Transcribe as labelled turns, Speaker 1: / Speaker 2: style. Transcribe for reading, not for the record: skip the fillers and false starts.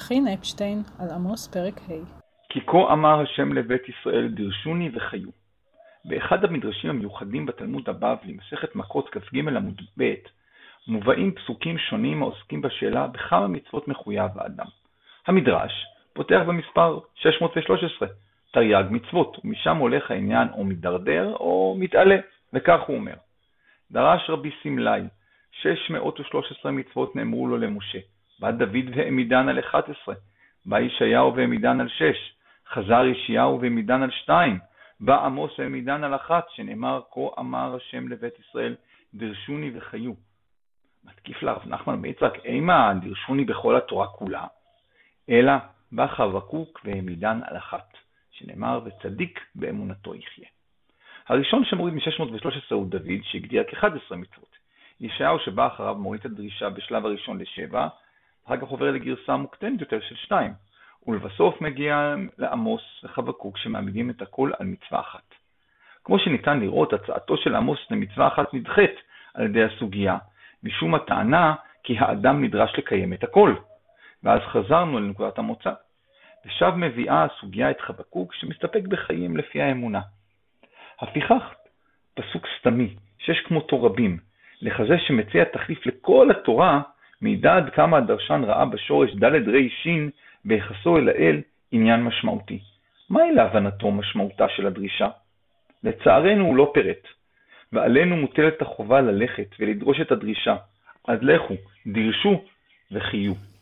Speaker 1: יכין אפשטיין על עמוס פרק ה'.
Speaker 2: כי כה אמר השם לבית ישראל דרשוני וחיו. באחד המדרשים המיוחדים בתלמוד הבבלי, מסכת מכות כ"ג עמוד ב', מובאים פסוקים שונים העוסקים בשאלה בכמה מצוות מחויב האדם. המדרש פותח במספר 613, תרי"ג מצוות, ומשם הולך העניין או מדרדר או מתעלה, וכך הוא אומר. דרש רבי סמלי, 613 מצוות נאמרו לו למשה, בא דוד והעמידן על 11, בא ישעיהו והעמידן על 6, חזר ישעיהו והעמידן על 2, בא עמוס והעמידן על 1, שנאמר כה אמר השם לבית ישראל דרשוני וחיו. מתקיף לרב נחמן מיצחק, אימה דרשוני בכל התורה כולה, אלא בא חבקוק והעמידן על 1, שנאמר וצדיק באמונתו יחיה. הראשון שמוריד מ-613 הוא דוד, שהגדיר כ-11 מצוות. ישעיהו שבא אחריו מוריד את הדרישה בשלב הראשון ל7, אחר כך עובר לגרסה מוקטנת יותר של 2, ולבסוף מגיע לעמוס וחבקוק שמעמידים את הכל על מצווה אחת. כמו שניתן לראות, הצעתו של עמוס למצווה אחת נדחית על ידי הסוגיה, משום הטענה כי האדם נדרש לקיים את הכל. ואז חזרנו לנקודת המוצא. ושב מביאה הסוגיה את חבקוק שמסתפק בחיים לפי האמונה. הפיכך, פסוק סתמי, שיש כמותו רבים, לחזה שמציע תחליף לכל התורה, מידע עד כמה הדרשן ראה בשורש ד' ר' ש' ביחסו אל האל עניין משמעותי. מהי להבנתו משמעותה של הדרישה? לצערנו הוא לא פרט, ועלינו מוטלת החובה ללכת ולדרוש את הדרישה. אז לכו, דרשו וחיו.